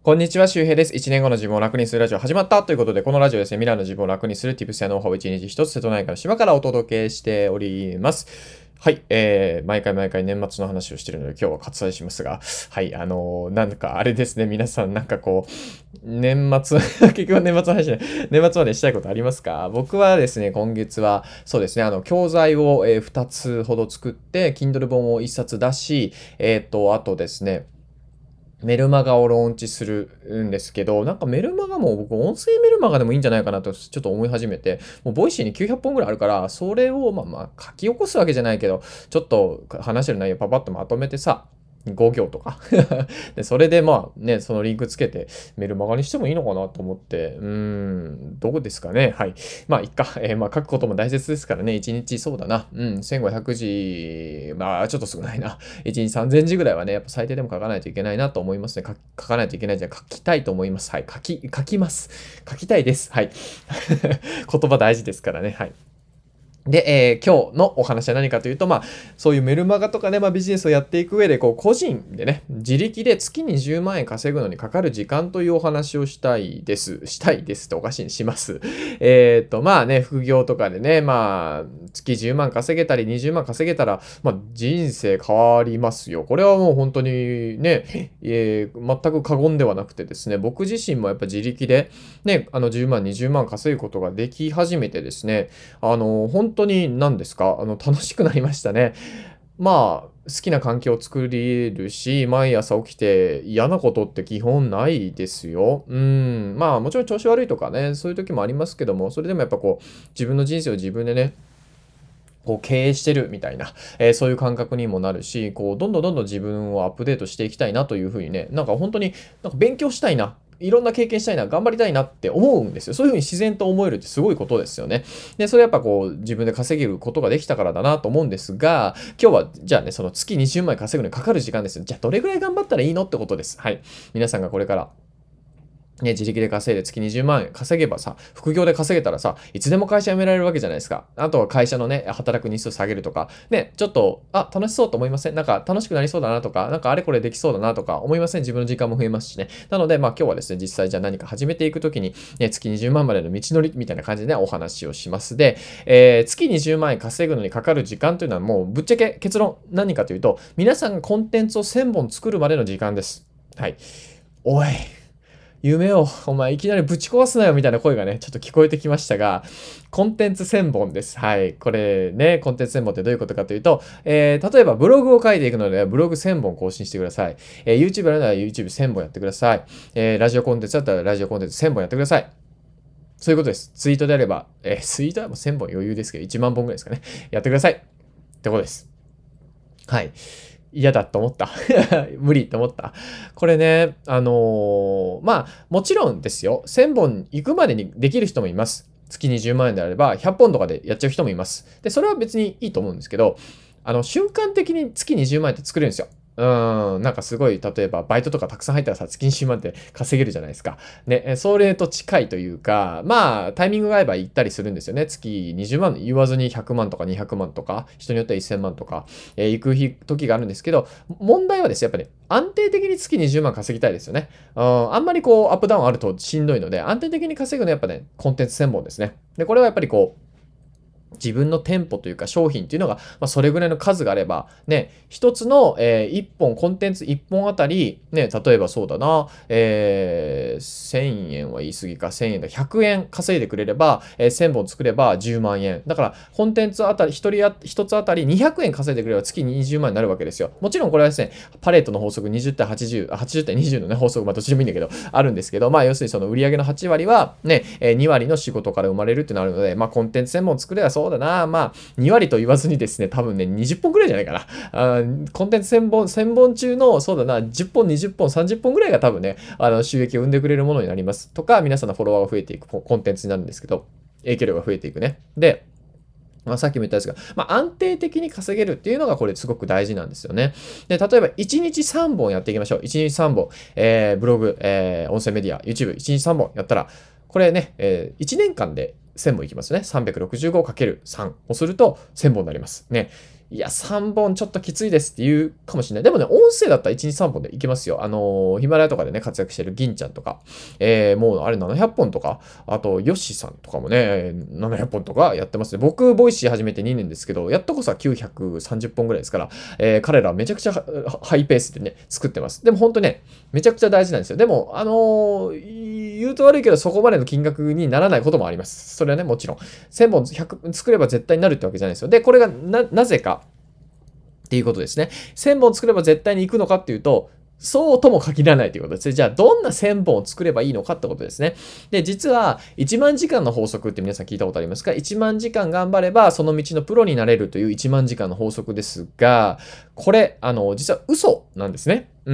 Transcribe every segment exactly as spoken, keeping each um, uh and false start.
こんにちは、周平です。いちねんごの自分を楽にするラジオ始まったということで、このラジオですね、未来の自分を楽にする Tips やノウハウをいちにちひとつ瀬戸内海の島からお届けしております。はい、えー、毎回毎回年末の話をしているので、今日は割愛しますが、はい、あのー、なんかあれですね、皆さんなんかこう、年末、結局年末の話ね、年末までしたいことありますか？僕はですね、今月は、そうですね、あの、教材を、えー、ふたつほど作って、Kindle 本をいっさつ出し、えっと、あとですね、メルマガをローンチするんですけど、なんかメルマガも僕音声メルマガでもいいんじゃないかなとちょっと思い始めて、もうボイシーにきゅうひゃっぽんぐらいあるから、それをまあまあ書き起こすわけじゃないけど、ちょっと話してる内容パパッとまとめてさ、ご行とかで、それでまあね、そのリンクつけてメルマガにしてもいいのかなと思って、うーん、どうですかね。はい。まあ、いっか。えーまあ、書くことも大切ですからね。いちにちそうだな。うん、せんごひゃくじ、まあ、ちょっと少ないな。いちにちさんぜんじぐらいはね、やっぱ最低でも書かないといけないなと思いますね。書書かないといけないじゃん。書きたいと思います。はい。書き、書きます。書きたいです。はい。言葉大事ですからね。はい。で、えー今日のお話は何かというと、まあ、そういうメルマガとかね、まあ、ビジネスをやっていく上で、こう、個人でね、自力で月にじゅうまん円稼ぐのにかかる時間というお話をしたいです。したいですっておかしいにします。えっと、まあね、副業とかでね、まあ、月じゅうまん稼げたりにじゅうまん稼げたら、まあ、人生変わりますよ。これはもう本当にね、えー全く過言ではなくてですね、僕自身もやっぱ自力で、ね、あのじゅうまん、にじゅうまん稼ぐことができ始めてですね、あの、本当に何ですか、あの、楽しくなりましたね。まあ、好きな環境を作れるし、毎朝起きて嫌なことって基本ないですよ。うん。まあ、もちろん調子悪いとかね、そういう時もありますけども、それでもやっぱこう、自分の人生を自分でね、こう経営してるみたいな、えーそういう感覚にもなるし、こう、どんどんどんどん自分をアップデートしていきたいなというふうにね、なんか本当に、なんか勉強したいな、いろんな経験したいな、頑張りたいなって思うんですよ。そういうふうに自然と思えるってすごいことですよね。で、それやっぱこう、自分で稼げることができたからだなと思うんですが、今日は、じゃあね、その月にじゅうまん円稼ぐのにかかる時間ですよ。じゃあどれぐらい頑張ったらいいのってことです。はい。皆さんがこれからね、自力で稼いで月にじゅうまん円稼げばさ、副業で稼げたらさ、いつでも会社辞められるわけじゃないですか。あとは会社のね、働く日数下げるとか、ね、ちょっと、あ、楽しそうと思いません？なんか楽しくなりそうだなとか、なんかあれこれできそうだなとか思いません？自分の時間も増えますしね。なので、まあ今日はですね、実際じゃあ何か始めていくときに、ね、月にじゅうまんまんまでの道のりみたいな感じでね、お話をします。で、えー月にじゅうまん円稼ぐのにかかる時間というのはもうぶっちゃけ結論何かというと、皆さんがコンテンツをせんぼん作るまでの時間です。はい。おい。夢を、お前いきなりぶち壊すなよみたいな声がね、ちょっと聞こえてきましたが、コンテンツせんぼんです。はい。これね、コンテンツせんぼんってどういうことかというと、えー、例えばブログを書いていくので、ブログせんぼん更新してください。えー、YouTube やるなら YouTubeせんぼんやってください。えー、ラジオコンテンツだったらラジオコンテンツせんぼんやってください。そういうことです。ツイートであれば、えー、ツイートはもうせんぼん余裕ですけど、いちまんぼんぐらいですかね。やってください。ってことです。はい。嫌だと思った。無理と思った。これね、あのーまあ、もちろんですよ。せんぼん行くまでにできる人もいます。月にじゅうまん円であれば、ひゃっぽんとかでやっちゃう人もいます。で、それは別にいいと思うんですけど、あの、瞬間的に月にじゅうまん円って作れるんですよ。うーん、なんかすごい、例えばバイトとかたくさん入ったらさ、月にじゅうまんって稼げるじゃないですか。ね、えそれと近いというか、まあ、タイミングが合えば行ったりするんですよね。月にじゅうまん言わずにひゃくまんとかにひゃくまんとか、人によってはせんまんとか、えー行く日、時があるんですけど、問題はですね、やっぱり安定的に月にじゅうまん稼ぎたいですよね。うん、あんまりこう、アップダウンあるとしんどいので、安定的に稼ぐのはやっぱね、コンテンツせんぼんですね。で、これはやっぱりこう、自分の店舗というか商品っていうのが、まあ、それぐらいの数があれば、ね、一つの、えー、一本、コンテンツ一本あたり、ね、例えばそうだな、えー、せんえんは言い過ぎか、せんえんだ、ひゃくえん稼いでくれれば、えー、せんぼん作ればじゅうまん円。だから、コンテンツあたり、一人や、一つあたりにひゃくえん稼いでくれれば月にじゅうまんになるわけですよ。もちろんこれはですね、パレートの法則にじゅう対はちじゅう、はちじゅう対にじゅうのね、法則、まあどっちでもいいんだけど、あるんですけど、まあ要するにその売上のはち割はね、えー、に割の仕事から生まれるってなるので、まあコンテンツ専門作ればそうだな、まあに割と言わずにですね、多分ね、にじゅっぽんぐらいじゃないかな。あコンテンツせんぼん、せんぼん中の、そうだな、じゅっぽん、にじゅっぽん、さんじゅっぽんぐらいが多分ね、あの、収益を生んでくれるものになります。とか、皆さんのフォロワーが増えていくコンテンツになるんですけど、影響力が増えていくね。で、まあ、さっきも言ったんですが、まあ、安定的に稼げるっていうのがこれすごく大事なんですよね。で、例えばいちにちさんぼんやっていきましょう。いちにちさんぼん、えー、ブログ、えー、音声メディア、YouTube、いちにちさんぼんやったら、これね、えー、いちねんかんでせんぼんいきますね。さんびゃくろくじゅうごかけるさん をするとせんぼんになります。ね。 いや、さんぼんちょっときついですって言うかもしれない。でもね、音声だったらいちにちさんぼんでいけますよ。あのーヒマラヤとかでね、活躍してる銀ちゃんとか、えー、もうあれななひゃっぽんとか、あと、ヨッシーさんとかもね、ななひゃっぽんとかやってますね。僕、ボイシー始めてにねんですけど、やっとこそはきゅうひゃくさんじゅっぽんぐらいですから、えー、彼らはめちゃくちゃハイペースでね、作ってます。でも本当ね、めちゃくちゃ大事なんですよ。でも、あのー、言うと悪いけど、そこまでの金額にならないこともあります。それはね、もちろん。せんぼんひゃく作れば絶対になるってわけじゃないですよ。で、これがな、なぜかっていうことですね。せんぼん作れば絶対に行くのかっていうと、そうとも限らないということですね。じゃあ、どんなせんぼんを作ればいいのかってことですね。で、実は、いちまんじかんの法則って皆さん聞いたことありますか？ いち 万時間頑張れば、その道のプロになれるといういちまん時間の法則ですが、これ、あの、実は嘘なんですね。うん。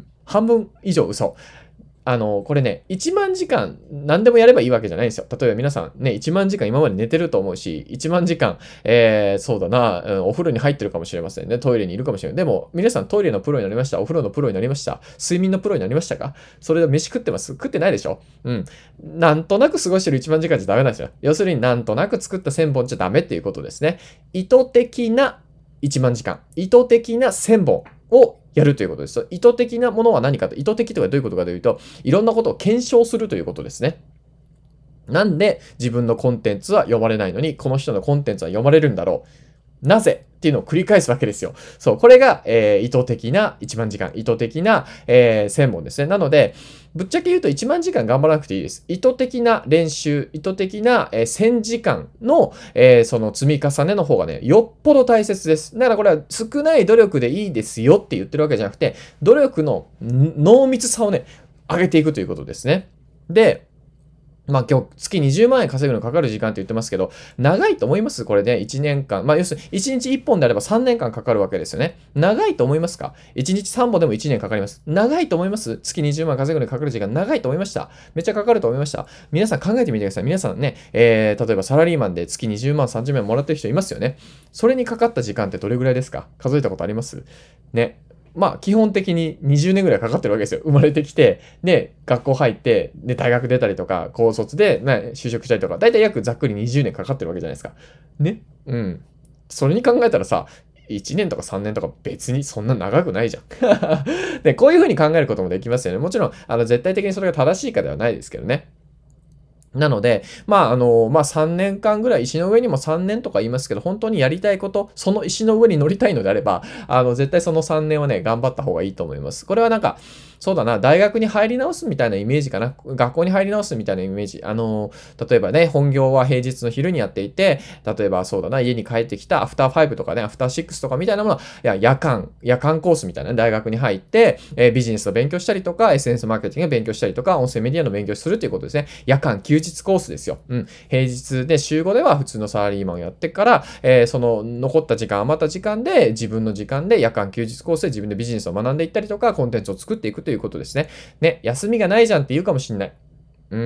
半分以上嘘。あの、これね、いちまん時間何でもやればいいわけじゃないんですよ。例えば皆さんね、いちまん時間今まで寝てると思うし、いちまん時間、えー、そうだな、うん、お風呂に入ってるかもしれませんね。トイレにいるかもしれない。でも、皆さんトイレのプロになりました。お風呂のプロになりました。睡眠のプロになりましたか？それで飯食ってます？食ってないでしょ？うん。なんとなく過ごしてるいちまん時間じゃダメなんですよ。要するになんとなく作ったせんぼんじゃダメっていうことですね。意図的ないちまん時間、意図的なせんぼんをやるということです。意図的なものは何かと、意図的とはどういうことかというと、いろんなことを検証するということですね。なんで自分のコンテンツは読まれないのに、この人のコンテンツは読まれるんだろう。なぜっていうのを繰り返すわけですよ。そう、これが、えー、意図的ないちまん時間、意図的な、えー、せんぼんですね。なので、ぶっちゃけ言うといちまん時間頑張らなくていいです。意図的な練習、意図的な、えー、せんじかんの、えー、その積み重ねの方がね、よっぽど大切です。だからこれは少ない努力でいいですよって言ってるわけじゃなくて、努力の濃密さをね、上げていくということですね。で、まあ今日月にじゅうまん円稼ぐのかかる時間って言ってますけど、長いと思いますこれね、いちねんかん。まあ要するにいちにちいっぽんであればさんねんかんかかるわけですよね。長いと思いますか？ いち 日さんぼんでもいちねんかかります。長いと思います？月にじゅうまん稼ぐのにかかる時間長いと思いました。めっちゃかかると思いました。皆さん考えてみてください。皆さんね、えー、例えばサラリーマンで月にじゅうまん、さんじゅうまんもらってる人いますよね。それにかかった時間ってどれぐらいですか？数えたことあります？ね。まあ、基本的ににじゅうねんぐらいかかってるわけですよ。生まれてきて、で、学校入って、で、大学出たりとか、高卒で、ね、就職したりとか、だいたい約ざっくりにじゅうねんかかってるわけじゃないですか。ね。うん。それに考えたらさ、いちねんとかさんねんとか別にそんな長くないじゃん。で、こういうふうに考えることもできますよね。もちろん、あの、絶対的にそれが正しいかではないですけどね。なので、まあ、あの、まあ、さんねんかんぐらい、石の上にもさんねんとか言いますけど、本当にやりたいこと、その石の上に乗りたいのであれば、あの、絶対そのさんねんはね、頑張った方がいいと思います。これはなんか、そうだな、大学に入り直すみたいなイメージかな。学校に入り直すみたいなイメージ。あの、例えばね、本業は平日の昼にやっていて、例えばそうだな、家に帰ってきたアフターファイブとかね、アフターシックスとかみたいなものは、いや、夜間、夜間コースみたいな、ね、大学に入って、えー、ビジネスの勉強したりとか、エスエヌエス マーケティングの勉強したりとか、音声メディアの勉強するということですね。夜間休日コースですよ。うん。平日で週ごでは普通のサラリーマンをやってから、えー、その残った時間、余った時間で自分の時間で夜間休日コースで自分でビジネスを学んでいったりとか、コンテンツを作っていくということですね。ね、休みがないじゃんって言うかもしんない。うん、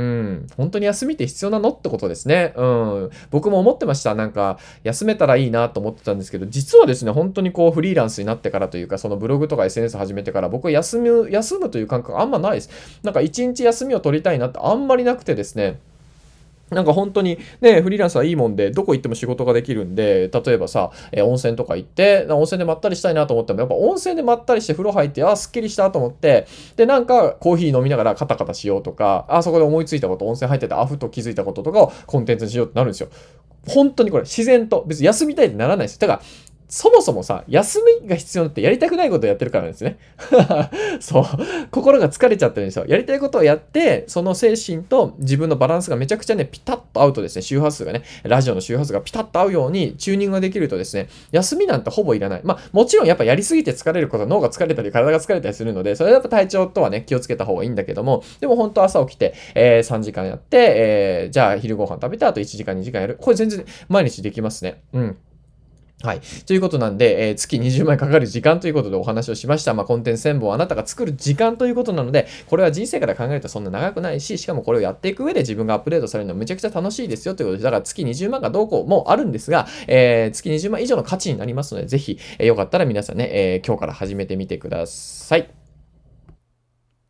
本当に休みって必要なのってことですね。うん。僕も思ってました。なんか、休めたらいいなと思ってたんですけど、実はですね、本当にこう、フリーランスになってからというか、そのブログとか エスエヌエス 始めてから、僕は休む、休むという感覚あんまないです。なんか、一日休みを取りたいなってあんまりなくてですね、なんか本当にね、フリーランスはいいもんで、どこ行っても仕事ができるんで、例えばさ、えー温泉とか行って、温泉でまったりしたいなと思っても、やっぱ温泉でまったりして風呂入って、あー、すっきりしたと思って、で、なんかコーヒー飲みながらカタカタしようとか、あー、そこで思いついたこと、温泉入ってて、あ、ふと気づいたこととかをコンテンツにしようってなるんですよ。本当にこれ自然と、別に休みたいってならないですよ。だから、そもそもさ、休みが必要ってやりたくないことをやってるからなんですね。そう。心が疲れちゃってるんですよ。やりたいことをやって、その精神と自分のバランスがめちゃくちゃね、ピタッと合うとですね、周波数がね、ラジオの周波数がピタッと合うようにチューニングができるとですね、休みなんてほぼいらない。まあ、もちろんやっぱやりすぎて疲れることは脳が疲れたり体が疲れたりするので、それはやっぱ体調とはね、気をつけた方がいいんだけども、でも本当朝起きて、えー、さんじかんやって、えー、じゃあ昼ご飯食べて、あといちじかんにじかんやる。これ全然毎日できますね。うん。はい。ということなんで、えー月にじゅうまん円かかる時間ということでお話をしました。まあ、コンテンツせんぼんあなたが作る時間ということなので、これは人生から考えるとそんな長くないし、しかもこれをやっていく上で自分がアップデートされるのはめちゃくちゃ楽しいですよということで、だから月にじゅうまんがどうこうもあるんですが、えー月にじゅうまん以上の価値になりますので、ぜひ、えーよかったら皆さんね、えー今日から始めてみてください。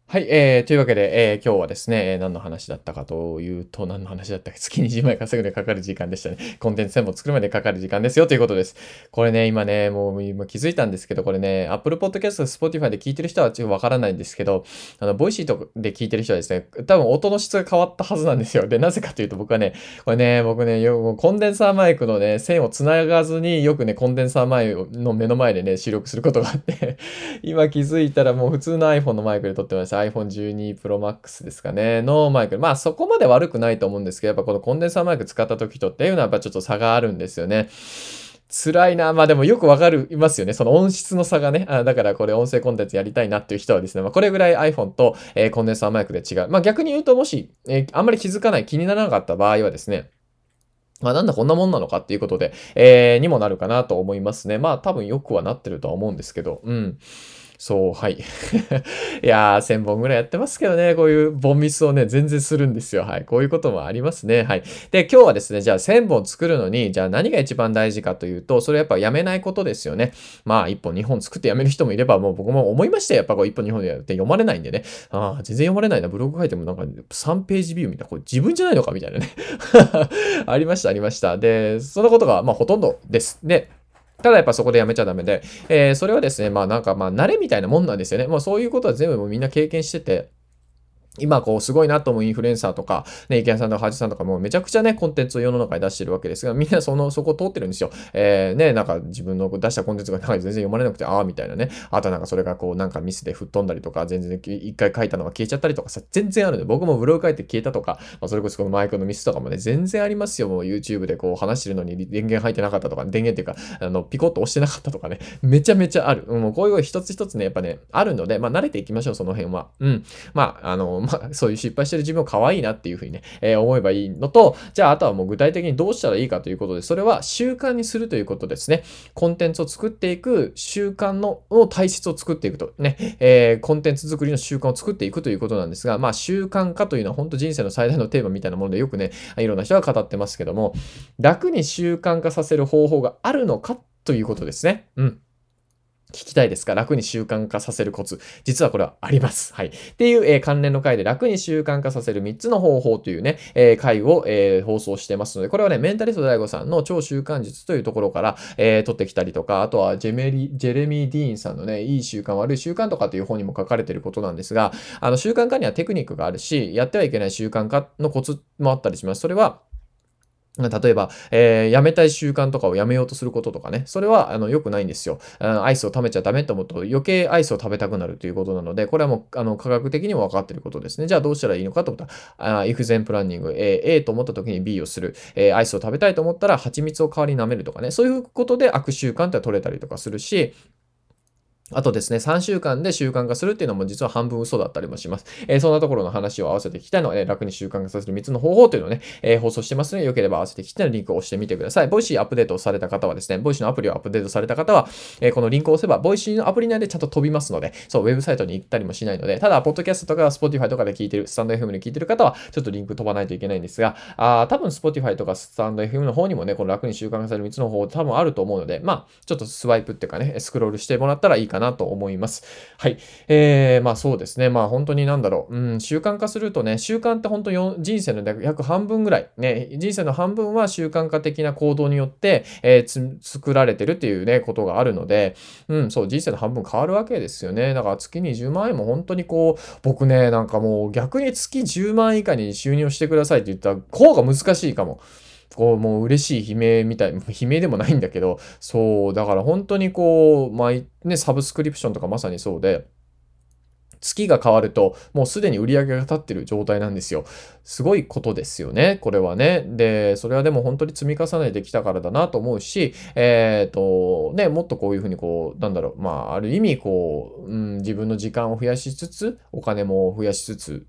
はい、えー、というわけで、えー、今日はですね、えー何の話だったかというと、何の話だったか、月にじゅうまん円稼ぐのにかかる時間でしたね。コンテンツせんぼん作るまでかかる時間ですよということです。これね、今ね、もう今気づいたんですけど、これね、Apple Podcast、Spotify で聞いてる人はちょっとわからないんですけど、あの、ボイシーとかで聞いてる人はですね、多分音の質が変わったはずなんですよ。で、なぜかというと僕はね、これね、僕ね、よもうコンデンサーマイクのね、線を繋がずによくね、コンデンサーマイクの目の前でね、収録することがあって今気づいたらもう普通の iPhone のマイクで撮ってました。アイフォンじゅうに Pro Max ですかね。のマイク。まあそこまで悪くないと思うんですけど、やっぱこのコンデンサーマイク使った時とっていうのはやっぱちょっと差があるんですよね。辛いな。まあでもよくわかりますよね。その音質の差がね。あだからこれ音声コンテンツやりたいなっていう人はですね、まあこれぐらい iPhone と、えーコンデンサーマイクで違う。まあ逆に言うともし、えーあんまり気づかない、気にならなかった場合はですね、まあなんだこんなもんなのかっていうことで、えーにもなるかなと思いますね。まあ多分よくはなってるとは思うんですけど、うん。そう、はい。いやー、せんぼんぐらいやってますけどね、こういうボンミスをね、全然するんですよ。はい。こういうこともありますね。はい。で、今日はですね、じゃあせんぼん作るのに、じゃあ何が一番大事かというと、それやっぱやめないことですよね。まあ、いっぽんにほん作ってやめる人もいれば、もう僕も思いましたよ。やっぱこういっぽんにほんでやって読まれないんでね。ああ、全然読まれないな。ブログ書いてもなんかさんページビューみたいな、これ自分じゃないのかみたいなね。ありました、ありました。で、そのことが、まあ、ほとんどです。で、ただやっぱそこでやめちゃダメで、えーそれはですね、まあなんかまあ慣れみたいなもんなんですよね。もうそういうことは全部もうみんな経験してて、今こうすごいなと思うインフルエンサーとか、ね、池谷さんとかハチさんとかもうめちゃくちゃね、コンテンツを世の中に出してるわけですが、みんなその、そこを通ってるんですよ。えー、ね、なんか自分の出したコンテンツがなんか全然読まれなくて、ああ、みたいなね。あとなんかそれがこうなんかミスで吹っ飛んだりとか、全然一回書いたのが消えちゃったりとかさ、全然あるんで、僕もブログ書いて消えたとか、まあ、それこそこのマイクのミスとかもね、全然ありますよ。もう YouTube でこう話してるのに電源入ってなかったとか、電源っていうか、あの、ピコッと押してなかったとかね、めちゃめちゃある。もうこういうの一つ一つね、やっぱね、あるので、まあ慣れていきましょう、その辺は。うん。まあ、あの、まあ、そういう失敗してる自分を可愛いなっていうふうにね、えー思えばいいのと、じゃあ、あとはもう具体的にどうしたらいいかということで、それは習慣にするということですね。コンテンツを作っていく習慣の、の体質を作っていくと。ね、えーコンテンツ作りの習慣を作っていくということなんですが、まあ、習慣化というのは本当人生の最大のテーマみたいなものでよくね、いろんな人が語ってますけども、楽に習慣化させる方法があるのかということですね。うん。聞きたいですか？楽に習慣化させるコツ。実はこれはあります。はい。っていう、えー関連の回で楽に習慣化させるみっつの方法というね、えー回を、えー放送してますので、これはね、メンタリスト ダイゴ さんの超習慣術というところから、えー取ってきたりとか、あとはジェメリ、ジェレミー・ディーンさんのね、いい習慣、悪い習慣とかという本にも書かれていることなんですが、あの、習慣化にはテクニックがあるし、やってはいけない習慣化のコツもあったりします。それは、例えば、えー、やめたい習慣とかをやめようとすることとかね。それは、あの、良くないんですよ。あアイスを食べちゃダメと思うと余計アイスを食べたくなるということなので、これはもう、あの、科学的にも分かっていることですね。じゃあどうしたらいいのかと思ったら、あ if then planning、えー A と思った時に B をする。えーアイスを食べたいと思ったら蜂蜜を代わりに舐めるとかね。そういうことで悪習慣って取れたりとかするし、あとですね、さんしゅうかんで習慣化するっていうのも実は半分嘘だったりもします。えーそんなところの話を合わせて聞きたいので、楽に習慣化させるみっつの方法というのをね、えー放送してますので、よければ合わせて聞きたいのリンクを押してみてください。ボイシーアップデートをされた方はですね、ボイシーのアプリをアップデートされた方は、えーこのリンクを押せば、ボイシーのアプリ内でちゃんと飛びますので、そう、ウェブサイトに行ったりもしないので、ただ、ポッドキャストとか Spotify とかで聞いてる、スタンド エフエム で聞いてる方は、ちょっとリンク飛ばないといけないんですが、あー多分 Spotify とかスタンド エフエム の方にもね、この楽に習慣化されるみっつの方法多分あると思うので、まあ、ちょっとスワイプっていうかね、スクロールしてもらったらいいかなと思います。はい。えー、まあそうですね。まあ本当になんだろう。うん、習慣化するとね、習慣って本当に人生の約半分ぐらい、ね、人生の半分は習慣化的な行動によって、えーつ作られてるっていうね、ことがあるので、うん、そう、人生の半分変わるわけですよね。だから月にじゅうまん円も本当にこう、僕ね、なんかもう逆に月じゅうまん以下に収入をしてくださいって言ったら、こうが難しいかも。こう、もう嬉しい悲鳴みたい、悲鳴でもないんだけど、そう、だから本当にこう、毎、ね、サブスクリプションとかまさにそうで、月が変わると、もうすでに売り上げが立ってる状態なんですよ。すごいことですよね、これはね。で、それはでも本当に積み重ねてきたからだなと思うし、えっと、ね、もっとこういうふうにこう、なんだろう、まあ、ある意味こう、うん、自分の時間を増やしつつ、お金も増やしつつ、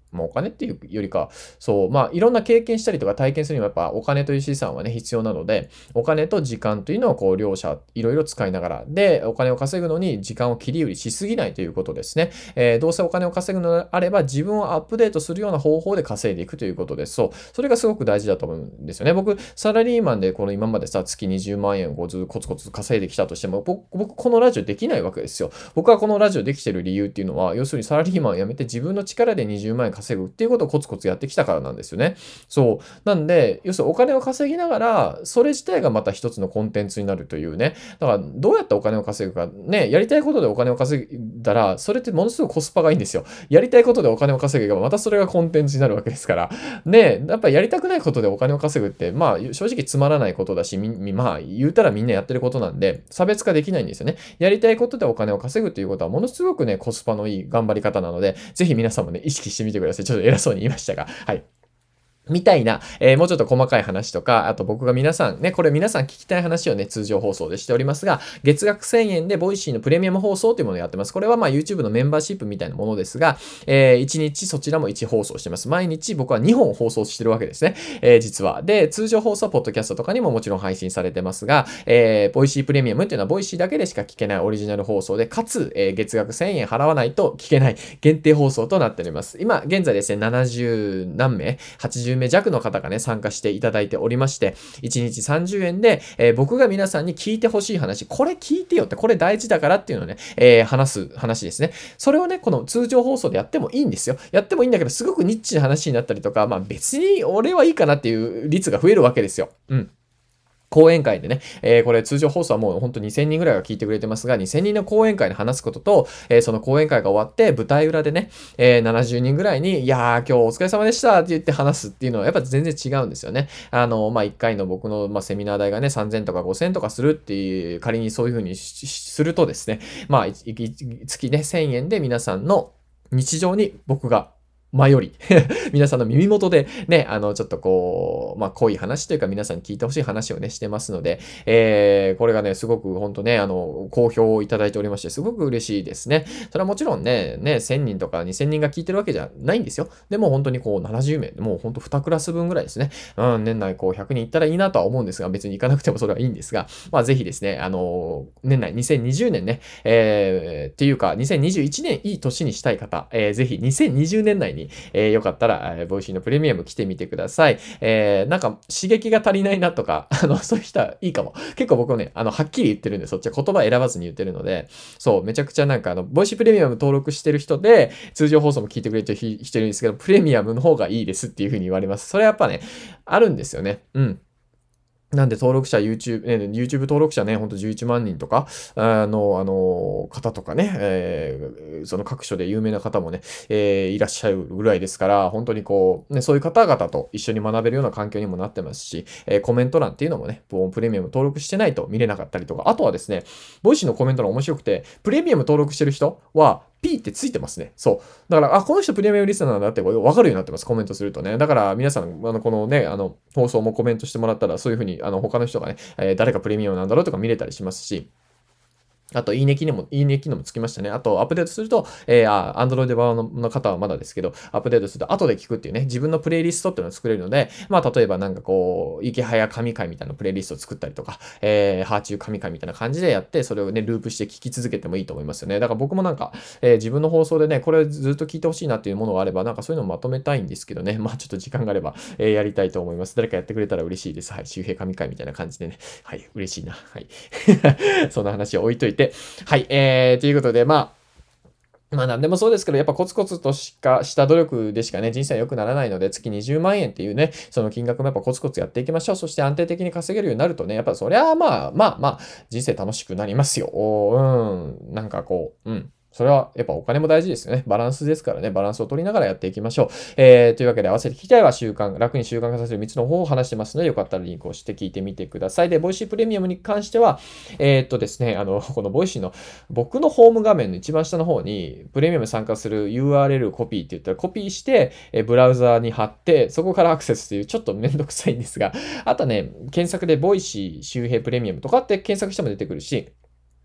まあ、お金っていうよりか、そう、まあ、いろんな経験したりとか体験するにはやっぱお金という資産はね、必要なので、お金と時間というのをこう、両者いろいろ使いながら、で、お金を稼ぐのに時間を切り売りしすぎないということですね。えーどうせお金を稼ぐのであれば、自分をアップデートするような方法で稼いでいくということです。そう。それがすごく大事だと思うんですよね。僕、サラリーマンでこの今までさ、月にじゅうまん円をこうずっとコツコツ稼いできたとしても、僕、僕このラジオできないわけですよ。僕はこのラジオできてる理由っていうのは、要するにサラリーマンを辞めて自分の力でにじゅうまん円稼ぐっていうことをコツコツやってきたからなんですよね。そう。なんで、要するにお金を稼ぎながら、それ自体がまた一つのコンテンツになるというね。だから、どうやってお金を稼ぐか、ね、やりたいことでお金を稼いだら、それってものすごくコスパがいいんですよ。やりたいことでお金を稼げば、またそれがコンテンツになるわけですから。ね、やっぱりやりたくないことでお金を稼ぐって、まあ、正直つまらないことだし、み、まあ、言うたらみんなやってることなんで、差別化できないんですよね。やりたいことでお金を稼ぐということは、ものすごくね、コスパのいい頑張り方なので、ぜひ皆さんもね、意識してみてください。ちょっと偉そうに言いましたが、はい。みたいな、えーもうちょっと細かい話とか、あと僕が皆さんね、これ皆さん聞きたい話をね、通常放送でしておりますが、月額せんえんでボイシーのプレミアム放送というものをやってます。これはまあ YouTube のメンバーシップみたいなものですが、えーいちにちそちらもいち放送してます。毎日僕はにほん放送してるわけですね。えー実は。で、通常放送はポッドキャストとかにももちろん配信されてますが、えーボイシープレミアムっていうのはボイシーだけでしか聞けないオリジナル放送で、かつ、えー月額せんえん払わないと聞けない限定放送となっております。今、現在ですね、ななじゅう何名、はちじゅう名弱の方がね、参加していただいておりまして、いちにちさんじゅうえんで、えー僕が皆さんに聞いてほしい話、これ聞いてよって、これ大事だからっていうのをね、えー話す話ですね。それをね、この通常放送でやってもいいんですよ。やってもいいんだけど、すごくニッチな話になったりとか、まあ別に俺はいいかなっていう率が増えるわけですよ。うん。講演会でね、えーこれ通常放送はもうほんとにせんにんぐらいが聞いてくれてますが、にせんにんの講演会で話すことと、えーその講演会が終わって舞台裏でね、えーななじゅうにんぐらいに、いやー今日お疲れ様でしたって言って話すっていうのはやっぱ全然違うんですよね。あの、まあ、いっかいの僕の、まあ、セミナー代がね、さんぜんとかごせんとかするっていう、仮にそういう風にしするとですね、まあ、いい月ね、せんえんで皆さんの日常に僕が前より皆さんの耳元でね、あの、ちょっとこう、まあ、濃い話というか皆さんに聞いてほしい話をね、してますので、えー、これがね、すごく本当ね、あの、好評をいただいておりまして、すごく嬉しいですね。それはもちろんね、ね、せんにんとかにせんにんが聞いてるわけじゃないんですよ。でも本当にこう、ななじゅう名、もう本当にクラス分ぐらいですね。うん、年内こう、ひゃくにんいったらいいなとは思うんですが、別に行かなくてもそれはいいんですが、まあ、ぜひですね、あの、年内にせんにじゅうねんね、えー、っていうか、にせんにじゅういちねんいい年にしたい方、えー、ぜひにせんにじゅうねん内に、えー、よかったら、えー、ボイシーのプレミアム来てみてください。えー、なんか刺激が足りないなとか、あの、そういう人はいいかも。結構僕もね、あの、はっきり言ってるんで、そっちは言葉選ばずに言ってるので、そう、めちゃくちゃなんかあの、ボイシープレミアム登録してる人で、通常放送も聞いてくれてる人いるんですけど、プレミアムの方がいいですっていう風に言われます。それはやっぱね、あるんですよね。うん。なんで登録者 YouTube、ね、YouTube 登録者ね、ほんとじゅういちまん人とか、あの、あの、方とかね、えーその各所で有名な方もね、えーいらっしゃるぐらいですから、本当にこう、ね、そういう方々と一緒に学べるような環境にもなってますし、えーコメント欄っていうのもね、もうプレミアム登録してないと見れなかったりとか、あとはですね、ボイシーのコメント欄面白くて、プレミアム登録してる人は、P ってついてますね。そう。だから、あ、この人プレミアムリスナーなんだって分かるようになってます。コメントするとね。だから皆さん、あの、このね、あの、放送もコメントしてもらったら、そういうふうに、あの、他の人がね、えー誰がプレミアムなんだろうとか見れたりしますし、あと、いいね機能も、いいね機能もつきましたね。あと、アップデートすると、えー、あ、Android 版のの方はまだですけど、アップデートすると後で聞くっていうね、自分のプレイリストっていうのを作れるので、まあ、例えばなんかこう、池早神回みたいなプレイリストを作ったりとか、えー、ハーチュー神回みたいな感じでやって、それをね、ループして聞き続けてもいいと思いますよね。だから僕もなんか、えー自分の放送でね、これずっと聞いてほしいなっていうものがあれば、なんかそういうのをまとめたいんですけどね、まあ、ちょっと時間があれば、えーやりたいと思います。誰かやってくれたら嬉しいです。はい。周平神回みたいな感じでね。はい。嬉しいな。はい。そんな話を置いといて、はい。えー、ということで、まあ、まあ何でもそうですけど、やっぱコツコツとしかした努力でしかね、人生は良くならないので、月にじゅうまん円っていうね、その金額もやっぱコツコツやっていきましょう。そして安定的に稼げるようになるとね、やっぱそりゃあまあまあまあ、人生楽しくなりますよ。おーうん。なんかこう、うん。それはやっぱお金も大事ですよね。バランスですからね。バランスを取りながらやっていきましょう。えー、というわけで合わせて聞きたいは習慣、楽に習慣化させるみっつの方法を話してますので、よかったらリンクをして聞いてみてください。で、ボイシープレミアムに関しては、えーっとですね、あの、このボイシーの僕のホーム画面の一番下の方に、プレミアム参加する ユーアールエル コピーって言ったらコピーして、えブラウザーに貼って、そこからアクセスというちょっとめんどくさいんですが、あとね、検索でボイシー周平プレミアムとかって検索しても出てくるし、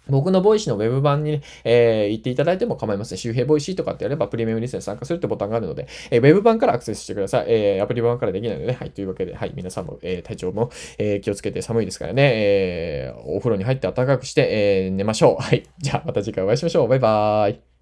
僕のボイシーのウェブ版にね、えー、行っていただいても構いません。周平ボイシーとかってやればプレミアムリストに参加するってボタンがあるので、えー、ウェブ版からアクセスしてください。えー、アプリ版からできないので、はい。というわけで、はい。皆さんも、えー、体調も、えー、気をつけて寒いですからね、えー、お風呂に入って暖かくして、えー、寝ましょう。はい。じゃあ、また次回お会いしましょう。バイバーイ。